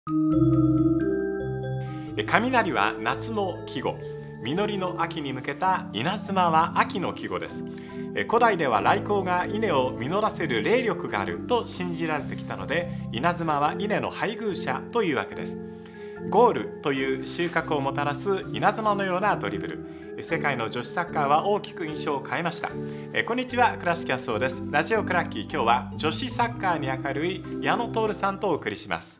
雷は夏の季語、実りの秋に向けた稲妻は秋の季語です。古代では雷光が稲を実らせる霊力があると信じられてきたので、稲妻は稲の配偶者というわけです。ゴールという収穫をもたらす稲妻のようなドリブル、世界の女子サッカーは大きく印象を変えました。こんにちは、倉敷康夫です。ラジオクラッキー、今日は女子サッカーに明るい矢野徹さんとお送りします。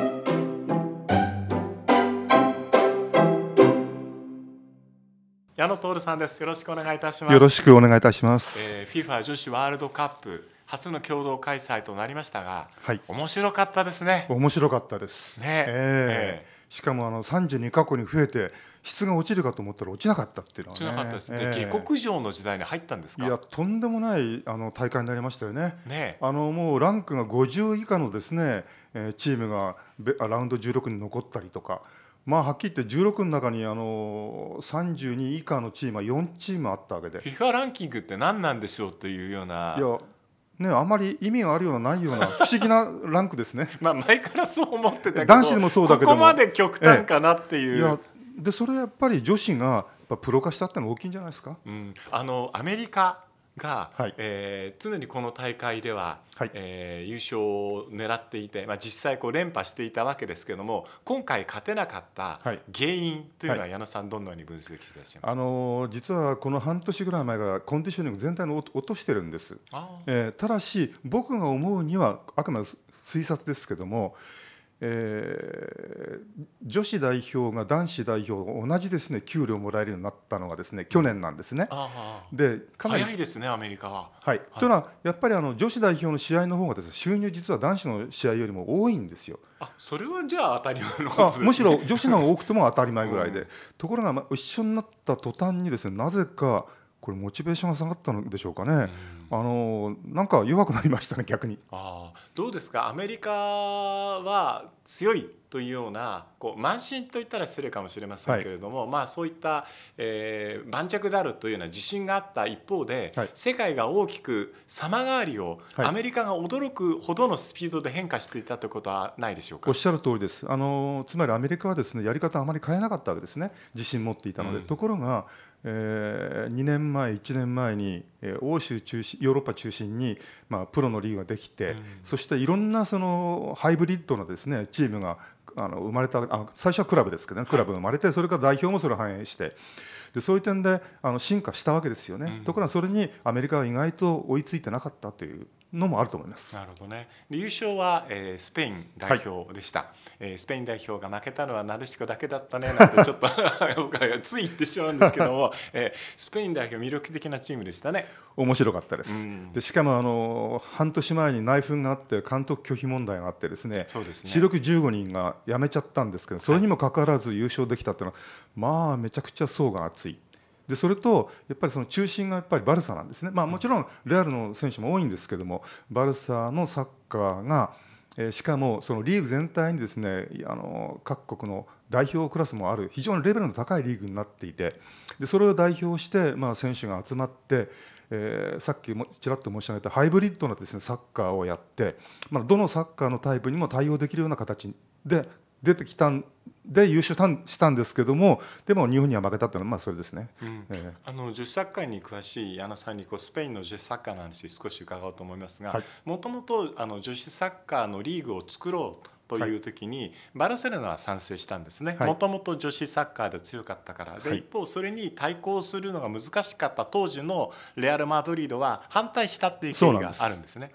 矢野徹さんです。よろしくお願いいたします。 よろしくお願いいたします。 FIFA 女子ワールドカップ初の共同開催となりましたが、 はい、 面白かったですね。 面白かったです、しかも32カ国に増えて質が落ちるかと思ったら落ちなかったっていうのはね。 落ちなかったですね。下克上の時代に入ったんですか。 いや、とんでもない大会になりましたよね。もうランクが50以下のですね、チームがラウンド16に残ったりとか、まあ、はっきり言って16の中に32以下のチームは4チームあったわけで、 FIFA ランキングって何なんでしょうというような、 いやね、あまり意味があるようなないような不思議なランクですね。 まあ前からそう思ってたけど、 男子でもそうだけどもここまで極端かなっていう、 いやでそれはやっぱり女子がやっぱプロ化したってのは大きいんじゃないですか。 アメリカが、 はい、 常にこの大会では、 はい、 優勝を狙っていて、実際連覇していたわけですけども、今回勝てなかった原因というのは、矢野さんどのように分析していらっしゃいますか。 実はこの半年ぐらい前からコンディショニング全体の落としてるんです。ただし僕が思うにはあくまで推察ですけども、女子代表が男子代表同じですね給料をもらえるようになったのがですね去年なんですね。 でかなり早いですね、アメリカは。 というのはやっぱり女子代表の試合の方がですね、収入実は男子の試合よりも多いんですよ。 それはじゃあ当たり前のことですね。 むしろ女子の方が多くても当たり前ぐらいで、ところが一緒になった途端にですね、なぜかこれモチベーションが下がったのでしょうかね。なんか弱くなりましたね、逆に。 どうですか、アメリカは強いというような慢心といったら失礼かもしれませんけれども、そういった、盤石であるというような自信があった一方で、世界が大きく様変わりを、アメリカが驚くほどのスピードで変化していたということはないでしょうか。 おっしゃる通りです。つまりアメリカはですね、やり方をあまり変えなかったわけですね、自信持っていたので。ところが2年前1年前に欧州中心ヨーロッパ中心に、プロのリーグができて、そしていろんなそのハイブリッドなですねチームが生まれた。最初はクラブですけどね、クラブが生まれて、それから代表もそれを反映して、でそういう点で進化したわけですよね。ところがそれにアメリカは意外と追いついてなかったというのもあると思います。 なるほどね。優勝は、スペイン代表でした。スペイン代表が負けたのはなでしこだけだったねなんてちょっと僕はつい言ってしまうんですけども、スペイン代表魅力的なチームでしたね。 面白かったです。でしかも半年前に内紛があって監督拒否問題があってですね、主力15人が辞めちゃったんですけど、それにもかかわらず優勝できたっていうのは、めちゃくちゃ層が厚い。でそれとやっぱりその中心がやっぱりバルサなんですね。もちろんレアルの選手も多いんですけども、バルサのサッカーがしかもそのリーグ全体にですね、各国の代表クラスもある非常にレベルの高いリーグになっていて、でそれを代表して、選手が集まって、さっきもちらっと申し上げたハイブリッドなですねサッカーをやって、どのサッカーのタイプにも対応できるような形で出てきたんで優勝したんですけども、でも日本には負けたというのはそれですね。 女子サッカーに詳しい矢野さんにスペインの女子サッカーの話少し伺おうと思いますが、もともと女子サッカーのリーグを作ろうという時に、バルセロナは賛成したんですね。もともと女子サッカーで強かったからで、一方それに対抗するのが難しかった当時のレアル・マドリードは反対したっていう経緯があるんですね。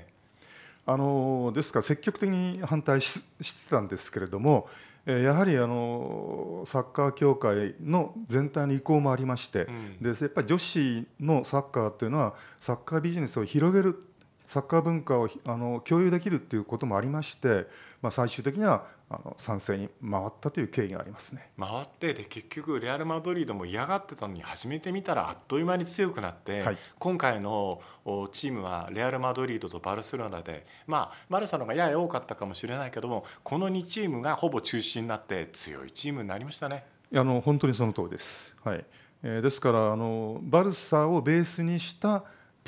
ですから積極的に反対してたんですけれども、やはりサッカー協会の全体の意向もありまして、でやっぱり女子のサッカーというのはサッカービジネスを広げる、サッカー文化を共有できるということもありまして、最終的には賛成に回ったという経緯がありますね。 回ってで結局レアル・マドリードも嫌がってたのに始めてみたらあっという間に強くなって、今回のチームはレアル・マドリードとバルセロナで、バルサのがやや多かったかもしれないけども、この2チームがほぼ中心になって強いチームになりましたね。 本当にその通りです。ですからバルサをベースにした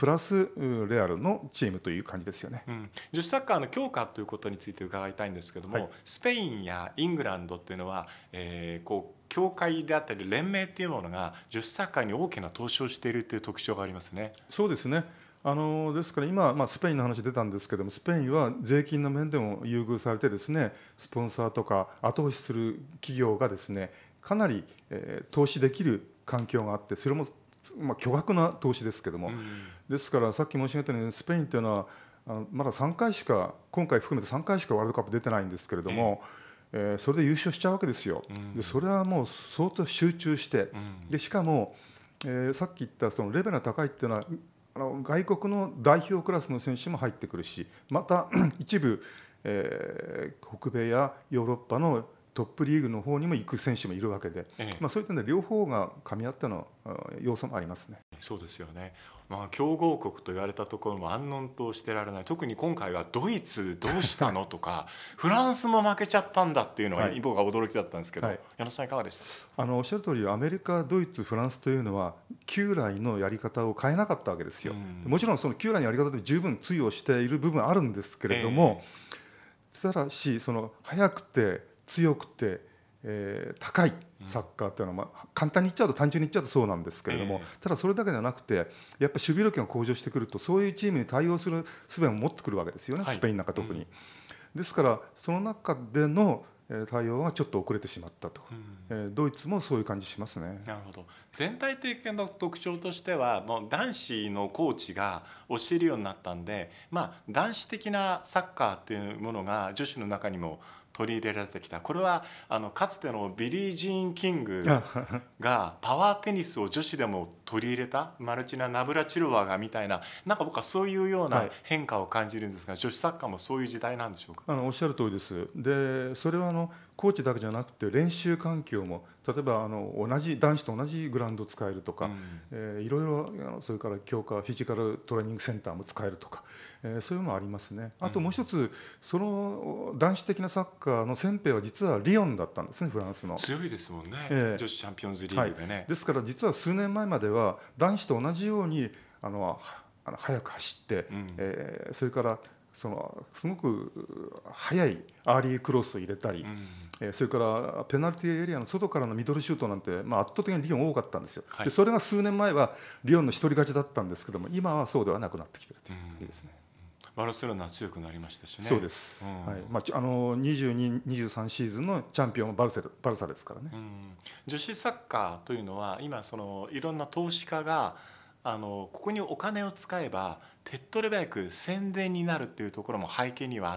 プラスレアルのチームという感じですよね。 女子サッカーの強化ということについて伺いたいんですけども、スペインやイングランドっていうのは、協会であったり連盟っていうものが女子サッカーに大きな投資をしているという特徴がありますね。 そうですね。ですから今、スペインの話出たんですけども、スペインは税金の面でも優遇されてですね、スポンサーとか後押しする企業がですね、かなり、投資できる環境があって、それも、巨額な投資ですけども、ですからさっき申し上げたようにスペインというのはまだ3回しか、今回含めて3回しかワールドカップ出てないんですけれども、それで優勝しちゃうわけですよ。でそれはもう相当集中して、でしかも、さっき言ったそのレベルが高いっていうのは外国の代表クラスの選手も入ってくるし、また一部、北米やヨーロッパのトップリーグの方にも行く選手もいるわけで、そういった点で両方が噛み合ったの要素もありますね。 そうですよね。強豪国と言われたところも安穏としてられない。特に今回はドイツどうしたのとかフランスも負けちゃったんだっていうのが僕が驚きだったんですけど、矢野さんいかがでした？ おっしゃる通り、アメリカ、ドイツ、フランスというのは旧来のやり方を変えなかったわけですよ。もちろんその旧来のやり方で十分通用している部分あるんですけれども、ただしその速くて強くて高いサッカーっていうのは、簡単に言っちゃうと単純に言っちゃうとそうなんですけれども、ただそれだけではなくてやっぱり守備力が向上してくるとそういうチームに対応する術も持ってくるわけですよね、スペインなんか特に。ですからその中での対応がちょっと遅れてしまったと、ドイツもそういう感じしますね。 なるほど。全体的な特徴としてはもう男子のコーチが教えるようになったんで、男子的なサッカーっていうものが女子の中にも取り入れられてきた。これはかつてのビリー・ジーン・キングがパワーテニスを女子でも取り入れた、マルチナ・ナブラチロワがみたいな、なんか僕はそういうような変化を感じるんですが、女子サッカーもそういう時代なんでしょうか？ おっしゃる通りです。でそれはコーチだけじゃなくて練習環境も、例えば男子と同じグラウンドを使えるとか、いろいろそれから強化フィジカルトレーニングセンターも使えるとか、そういうのもありますね。あともう一つ、その男子的なサッカーの先兵は実はリヨンだったんですね、フランスの。 強いですもんね、女子チャンピオンズリーグでね。 ですから実は数年前までは男子と同じように速く走って、それからすごく速いアーリークロスを入れたり、それからペナルティーエリアの外からのミドルシュートなんて、圧倒的にリヨン多かったんですよ。でそれが数年前はリヨンの一人勝ちだったんですけども、今はそうではなくなってきているということですね。 バルセロナは強くなりましたしね。 そうです、22、23シーズンのチャンピオンはバルサですからね。 女子サッカーというのは今いろんな投資家がここにお金を使えば手っ取り早く宣伝になるっていうところも背景にはあって、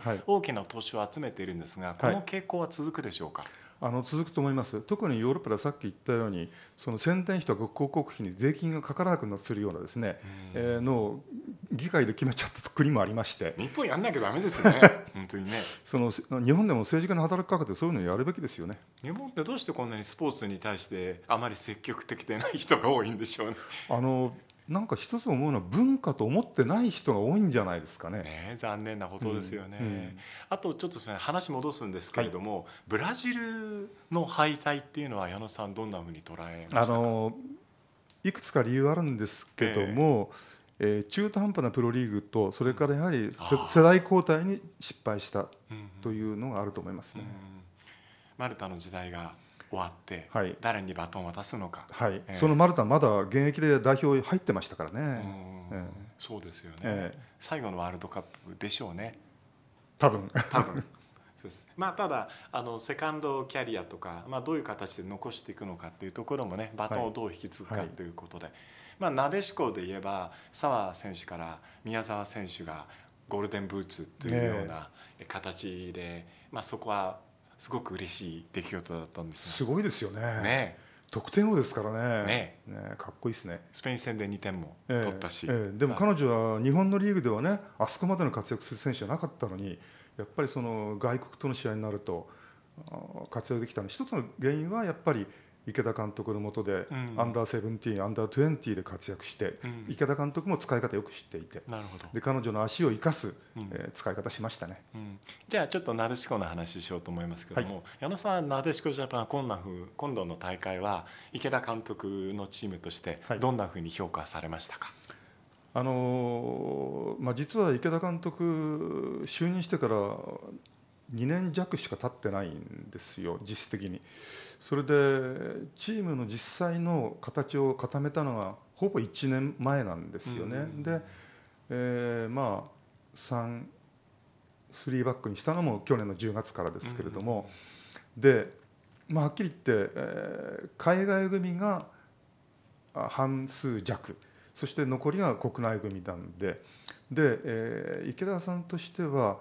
大きな投資を集めているんですが、この傾向は続くでしょうか？ 続くと思います。特にヨーロッパではさっき言ったように、その宣伝費とか広告費に税金がかからなくするようなですね、の議会で決めちゃった国もありまして。 日本やんなきゃダメですね本当にね。 日本でも政治家に働きかけてそういうのをやるべきですよね。 日本ってどうしてこんなにスポーツに対してあまり積極的でない人が多いんでしょうね。 なんか一つ思うのは文化と思ってない人が多いんじゃないですかね。 残念なことですよね。あとちょっと話戻すんですけれども、ブラジルの敗退っていうのは矢野さんどんなふうに捉えましたか？ いくつか理由あるんですけども、中途半端なプロリーグと、それからやはり世代交代に失敗したというのがあると思いますね。 マルタの時代が終わって、誰にバトンを渡すのか、 そのマルタまだ現役で代表入ってましたからね。 そうですよね、最後のワールドカップでしょうね、 多分そうです。ただセカンドキャリアとか、どういう形で残していくのかっていうところもね、バトンをどう引き継ぐかということで、なでしこで言えば澤選手から宮澤選手がゴールデンブーツというような形で、そこはすごく嬉しい出来事だったんですね。 すごいですよね。得点王ですからね。かっこいいですね。 スペイン戦で2点も取ったし、 でも彼女は日本のリーグではね、あそこまでの活躍する選手じゃなかったのに、やっぱりその外国との試合になると活躍できたの。一つの原因はやっぱり池田監督の下でアンダー17、アンダー20で活躍して、池田監督も使い方よく知っていて、で彼女の足を生かす使い方しましたね。 じゃあちょっとなでしこの話しようと思いますけども、矢野さん、なでしこジャパン今度の大会は池田監督のチームとしてどんなふうに評価されましたか？ 実は池田監督就任してから2年弱しか経ってないんですよ、実質的に。それでチームの実際の形を固めたのがほぼ1年前なんですよね。で、3バックにしたのも去年の10月からですけれども、で、はっきり言って、海外組が半数弱、そして残りが国内組なんで、池田さんとしては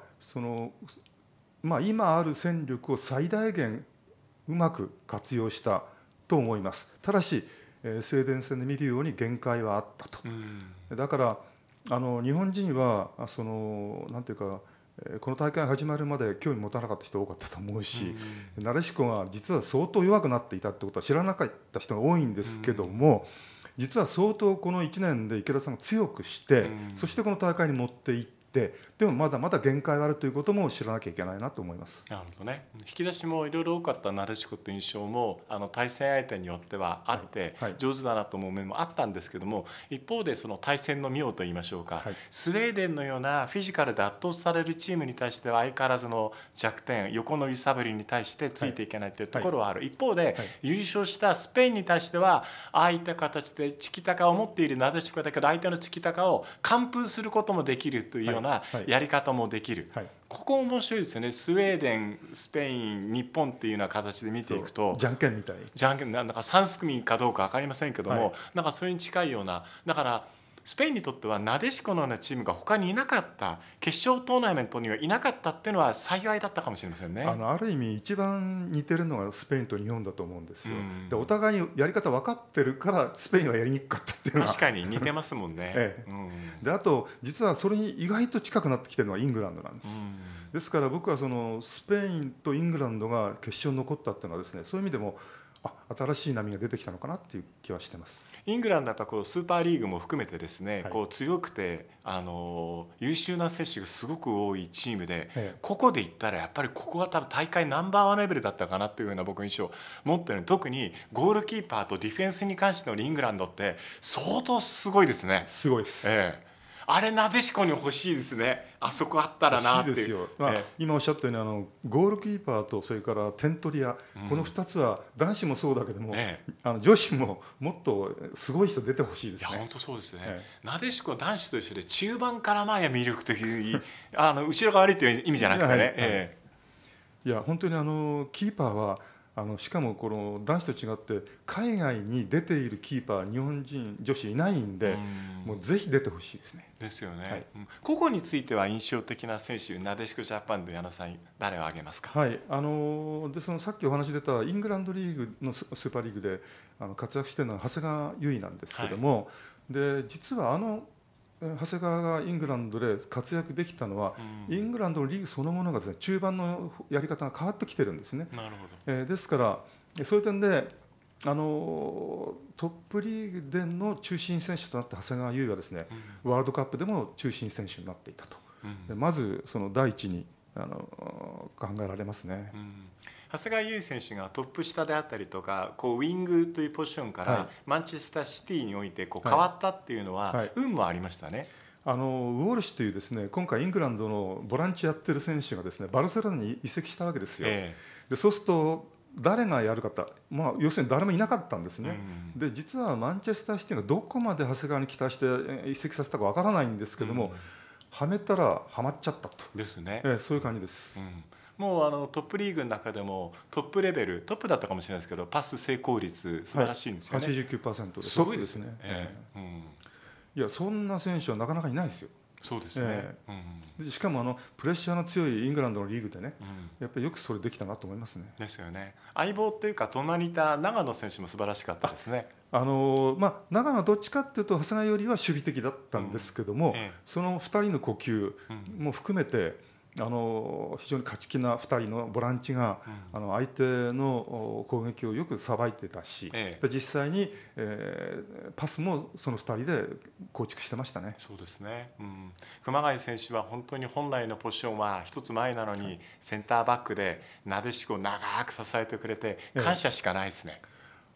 今ある戦力を最大限うまく活用したと思います。ただし、スウェーデン戦で見るように限界はあったと。だから日本人はなんていうか、この大会始まるまで興味持たなかった人多かったと思うし、なでしこが実は相当弱くなっていたってことは知らなかった人が多いんですけども、実は相当この1年で池田さんが強くして、そしてこの大会に持っていって、でもまだまだ限界があるということも知らなきゃいけないなと思います。 なるほどね。引き出しもいろいろ多かったなでしこという印象も対戦相手によってはあって、上手だなと思う面もあったんですけども、一方でその対戦の妙といいましょうか、スウェーデンのようなフィジカルで圧倒されるチームに対しては相変わらずの弱点、横の揺さぶりに対してついていけないというところはある。一方で優勝したスペインに対してはああいった形でチキタカを持っているなでしこだけど、相手のチキタカを完封することもできるというようなやり方もできる。ここ面白いですよね。スウェーデン、スペイン、日本っていうような形で見ていくと、 じゃんけんみたい、 じゃんけんなんか3組かどうか分かりませんけども、なんかそれに近いような、だからスペインにとってはなでしこのようなチームが他にいなかった、決勝トーナメントにはいなかったっていうのは幸いだったかもしれませんね。 ある意味一番似てるのがスペインと日本だと思うんですよ。で、お互いにやり方分かってるからスペインはやりにくかったっていうのは確かに似てますもんね。 で、あと実はそれに意外と近くなってきてるのはイングランドなんです。ですから僕はそのスペインとイングランドが決勝に残ったっていうのはですね、そういう意味でも新しい波が出てきたのかなっていう気はしてます。 イングランドはやっぱこうスーパーリーグも含めてですね、こう強くて優秀な選手がすごく多いチームで、ここで言ったらやっぱりここは多分大会ナンバーワンレベルだったかなというような僕の印象を持ってる。特にゴールキーパーとディフェンスに関してのイングランドって相当すごいですね。 すごいです。 あれなでしこに欲しいですね。あそこあったらなっていう。 欲しいですよ。今おっしゃったようにゴールキーパーとそれから点取り屋、この2つは男子もそうだけども、女子ももっとすごい人出てほしいですね。 いや本当そうですね。なでしこ男子と一緒で中盤から前は魅力的後ろが悪いという意味じゃなくてね。 いや本当にキーパーはしかもこの男子と違って海外に出ているキーパー日本人女子いないんで、もうぜひ出てほしいですね。 ですよね。個々については印象的な選手、なでしこジャパンで矢野さん誰を挙げますか。 でそのさっきお話出たイングランドリーグのスーパーリーグで活躍しているのは長谷川唯なんですけども、で実は長谷川がイングランドで活躍できたのは、イングランドのリーグそのものがですね、中盤のやり方が変わってきてるんですね。 なるほど。 ですからそういう点でトップリーグでの中心選手となった長谷川唯はですね、ワールドカップでも中心選手になっていたと、まずその第一に考えられますね。 長谷川唯選手がトップ下であったりとかこうウィングというポジションからマンチェスターシティにおいてこう変わったっていうのは運もありましたね。 ウォルシュというですね、今回イングランドのボランチやってる選手がですね、バルセロナに移籍したわけですよ。でそうすると誰がやるかと、要するに誰もいなかったんですね。で実はマンチェスターシティがどこまで長谷川に期待して移籍させたかわからないんですけども、はめたらはまっちゃったとですね。 そういう感じです。 もうトップリーグの中でもトップレベル、トップだったかもしれないですけどパス成功率素晴らしいんですよね。 89% ですごいですね。 いやそんな選手はなかなかいないですよ。 そうですね。 しかもプレッシャーの強いイングランドのリーグでね、やっぱりよくそれできたなと思いますね。 ですよね。相棒っていうか隣にいた長野選手も素晴らしかったですね。 長野はどっちかっていうと長谷川よりは守備的だったんですけども、その2人の呼吸も含めて非常に勝ち気な2人のボランチが相手の攻撃をよくさばいてたし、実際にパスもその2人で構築してましたね。 そうですね。熊谷選手は本当に本来のポジションは一つ前なのにセンターバックでなでしこを長く支えてくれて感謝しかないですね。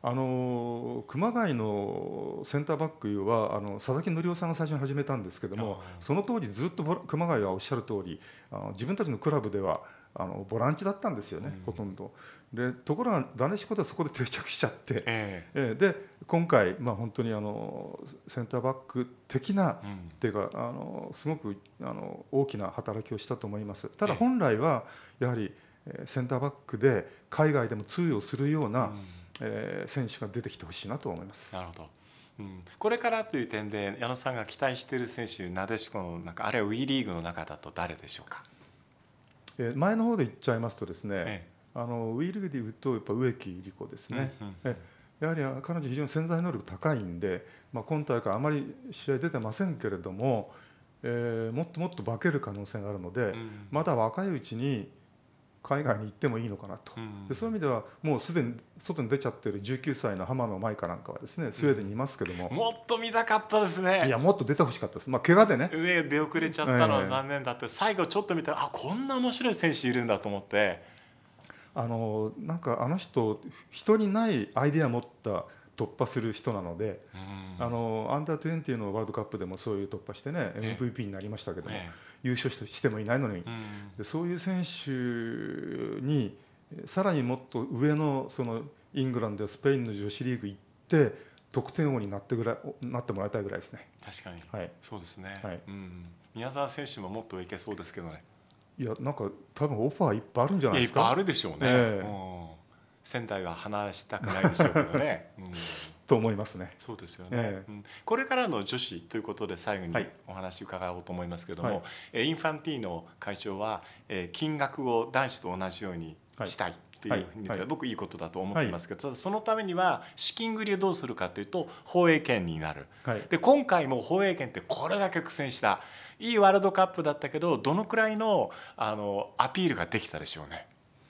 熊谷のセンターバックは佐々木則夫さんが最初に始めたんですけども、その当時ずっと熊谷はおっしゃる通り自分たちのクラブではボランチだったんですよね、ほとんど。でところがダネシコではそこで定着しちゃって、で今回、本当にセンターバック的な、っていうかすごく大きな働きをしたと思います。ただ本来はやはりセンターバックで海外でも通用するような、選手が出てきてほしいなと思います。 なるほど。これからという点で矢野さんが期待している選手、なでしこの中、あるいは WE リーグの中だと誰でしょうか。 前の方で言っちゃいますとですね、WE リーグでいうとやっぱ植木理子ですね。やはり彼女非常に潜在能力高いんで、今大会あまり試合出てませんけれども、もっともっと化ける可能性があるので、まだ若いうちに海外に行ってもいいのかなと。でそういう意味ではもうすでに外に出ちゃっている19歳の浜野舞香なんかはですね、スウェーデンにいますけども、 もっと見たかったですね。 いやもっと出てほしかったです。怪我でね出遅れちゃったのは残念だって、最後ちょっと見たらこんな面白い選手いるんだと思って、 なんか人にないアイデアを持った突破する人なので、アンダー20のワールドカップでもそういう突破してね、MVP になりましたけども、優勝してもいないのに、でそういう選手にさらにもっと上のそのイングランドやスペインの女子リーグ行って得点王になってもらいたいぐらいですね。 確かに、そうですね、宮澤選手ももっといけそうですけどね。 いやなんか多分オファーいっぱいあるんじゃないですか。 いっぱいあるでしょうね。仙台は離したくないでしょうけどね。 と思いますね。 そうですよね。これからの女子ということで最後にお話伺おうと思いますけども、インファンティーノ会長は金額を男子と同じようにしたいというふうに言って、僕いいことだと思ってますけど、ただそのためには資金繰りをどうするかというと放映権になる。で今回も放映権ってこれだけ苦戦したいいワールドカップだったけど、どのくらいのアピールができたでしょうね。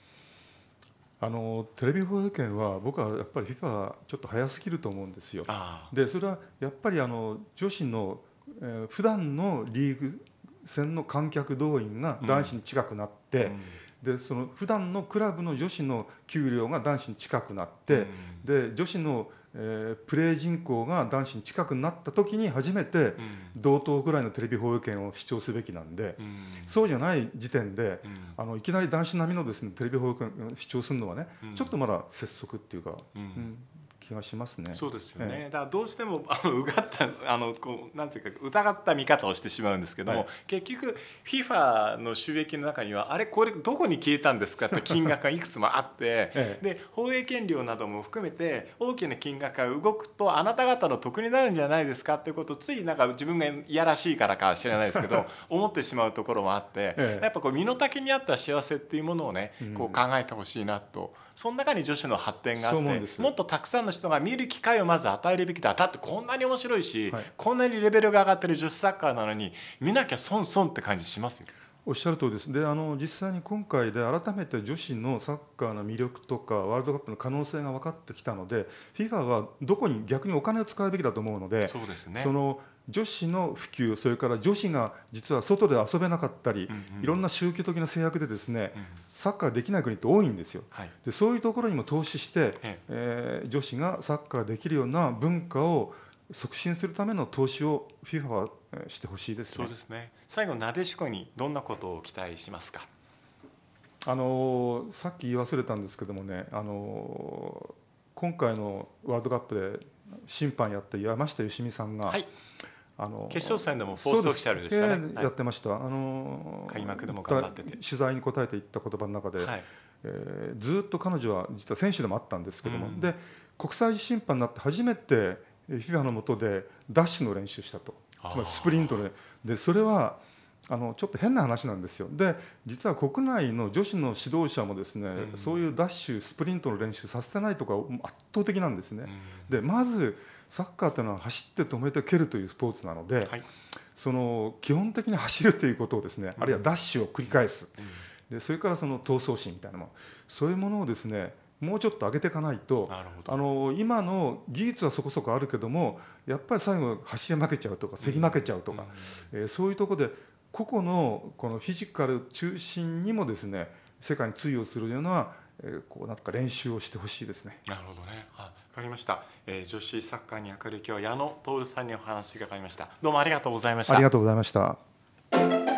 テレビ放映権は僕はやっぱり FIFA はちょっと早すぎると思うんですよ。でそれはやっぱり女子の、普段のリーグ戦の観客動員が男子に近くなって、でその普段のクラブの女子の給料が男子に近くなって、で女子のプレー人口が男子に近くなった時に初めて同等ぐらいのテレビ放映権を主張すべきなんで、そうじゃない時点でいきなり男子並みのですねテレビ放映権を主張するのはね、ちょっとまだ拙速っていうか、気がしますね。 そうですよね。だからどうしてもうがったこうなんていうか疑った見方をしてしまうんですけども、結局 FIFA の収益の中にはこれどこに消えたんですかって金額がいくつもあって、で放映権料なども含めて大きな金額が動くとあなた方の得になるんじゃないですかっていうことをついなんか自分がいやらしいからか知らないですけど思ってしまうところもあって、やっぱこう身の丈に合った幸せっていうものをねこう考えてほしいなと。その中に女子の発展があって、もっとたくさんの人が見る機会をまず与えるべきだ。だってこんなに面白いし、こんなにレベルが上がってる女子サッカーなのに見なきゃ損って感じしますよ。 おっしゃる通りです。で実際に今回で改めて女子のサッカーの魅力とかワールドカップの可能性が分かってきたので、 FIFA はどこに逆にお金を使うべきだと思うので、 そうですね、 その女子の普及、それから女子が実は外で遊べなかったり、いろんな宗教的な制約でですね、サッカーできない国って多いんですよ。でそういうところにも投資して、女子がサッカーできるような文化を促進するための投資を FIFA はしてほしいですね。 そうですね。最後なでしこにどんなことを期待しますか。 さっき言い忘れたんですけどもね、今回のワールドカップで審判やった山下良美さんが、 決勝戦でもフォースオフィシャルでしたね。 やってました。 開幕でも頑張ってて取材に答えていった言葉の中で、ずっと彼女は実は選手でもあったんですけども、で国際審判になって初めて FIFA の下でダッシュの練習したと、つまりスプリントで、それはちょっと変な話なんですよ。で実は国内の女子の指導者もですね、そういうダッシュスプリントの練習させてないとか圧倒的なんですね。でまずサッカーというのは走って止めて蹴るというスポーツなので、その基本的に走るということをですね、あるいはダッシュを繰り返す、でそれからその闘争心みたいなもの、そういうものをですねもうちょっと上げていかないと、今の技術はそこそこあるけども、やっぱり最後走り負けちゃうとか競り負けちゃうとか、そういうところで個々のこのフィジカル中心にもですね世界に通用するようなこうなんか練習をしてほしいですね。 なるほどね。わかりました。女子サッカーに明るい今日矢野徹さんにお話が伺いました。どうもありがとうございました。 ありがとうございました。